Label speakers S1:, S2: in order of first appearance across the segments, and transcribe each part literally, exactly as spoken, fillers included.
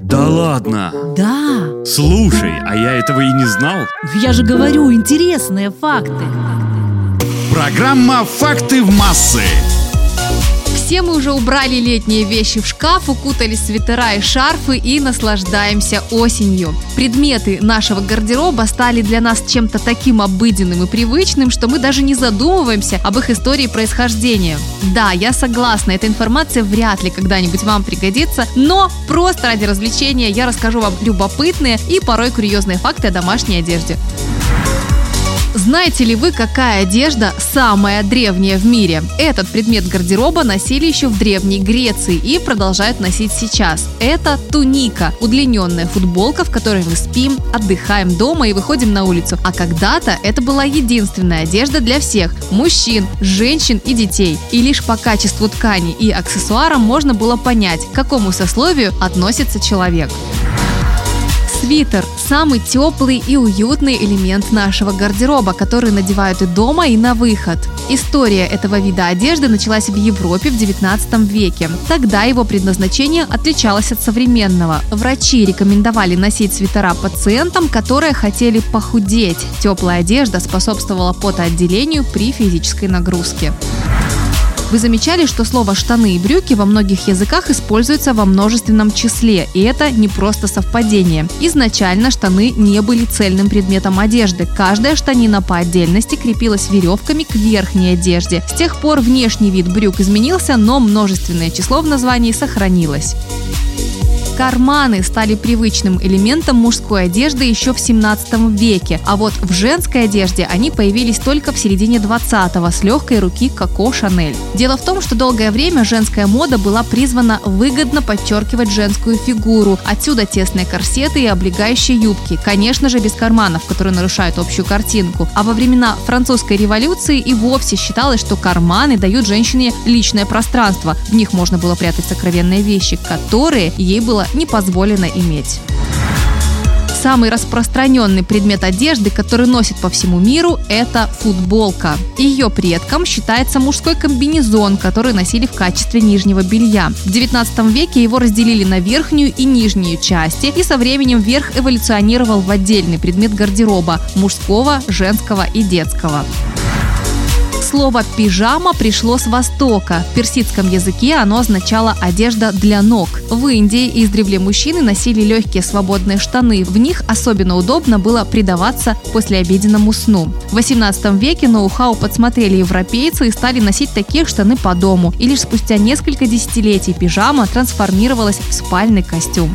S1: Да ладно?
S2: Да.
S1: Слушай, а я этого и не знал.
S2: Я же говорю, интересные факты.
S1: Программа «Факты в массы».
S3: Все мы уже убрали летние вещи в шкаф, укутались в свитера и шарфы и наслаждаемся осенью. Предметы нашего гардероба стали для нас чем-то таким обыденным и привычным, что мы даже не задумываемся об их истории происхождения. Да, я согласна, эта информация вряд ли когда-нибудь вам пригодится, но просто ради развлечения я расскажу вам любопытные и порой курьезные факты о домашней одежде. Знаете ли вы, какая одежда самая древняя в мире? Этот предмет гардероба носили еще в Древней Греции и продолжают носить сейчас. Это туника – удлиненная футболка, в которой мы спим, отдыхаем дома и выходим на улицу. А когда-то это была единственная одежда для всех – мужчин, женщин и детей. И лишь по качеству ткани и аксессуарам можно было понять, к какому сословию относится человек. Свитер – самый теплый и уютный элемент нашего гардероба, который надевают и дома, и на выход. История этого вида одежды началась в Европе в девятнадцатом веке. Тогда его предназначение отличалось от современного. Врачи рекомендовали носить свитера пациентам, которые хотели похудеть. Теплая одежда способствовала потоотделению при физической нагрузке. Вы замечали, что слово «штаны» и «брюки» во многих языках используется во множественном числе, и это не просто совпадение. Изначально штаны не были цельным предметом одежды. Каждая штанина по отдельности крепилась веревками к верхней одежде. С тех пор внешний вид брюк изменился, но множественное число в названии сохранилось. Карманы стали привычным элементом мужской одежды еще в семнадцатом веке, а вот в женской одежде они появились только в середине двадцатого с легкой руки Коко Шанель. Дело в том, что долгое время женская мода была призвана выгодно подчеркивать женскую фигуру, отсюда тесные корсеты и облегающие юбки, конечно же без карманов, которые нарушают общую картинку. А во времена французской революции и вовсе считалось, что карманы дают женщине личное пространство, в них можно было прятать сокровенные вещи, которые ей было не позволено иметь. Самый распространенный предмет одежды, который носят по всему миру, это футболка. Ее предком считается мужской комбинезон, который носили в качестве нижнего белья. В девятнадцатом веке его разделили на верхнюю и нижнюю части, и со временем верх эволюционировал в отдельный предмет гардероба – мужского, женского и детского. Слово «пижама» пришло с Востока. В персидском языке оно означало «одежда для ног». В Индии издревле мужчины носили легкие свободные штаны. В них особенно удобно было предаваться послеобеденному сну. В восемнадцатом веке ноу-хау подсмотрели европейцы и стали носить такие штаны по дому. И лишь спустя несколько десятилетий пижама трансформировалась в спальный костюм.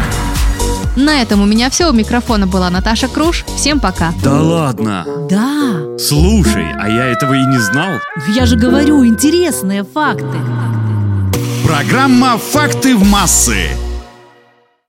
S3: На этом у меня все. У микрофона была Наташа Круш. Всем пока.
S1: Да ладно?
S2: Да.
S1: Слушай, а я этого и не знал.
S2: Я же говорю, интересные факты.
S1: Программа «Факты в массы».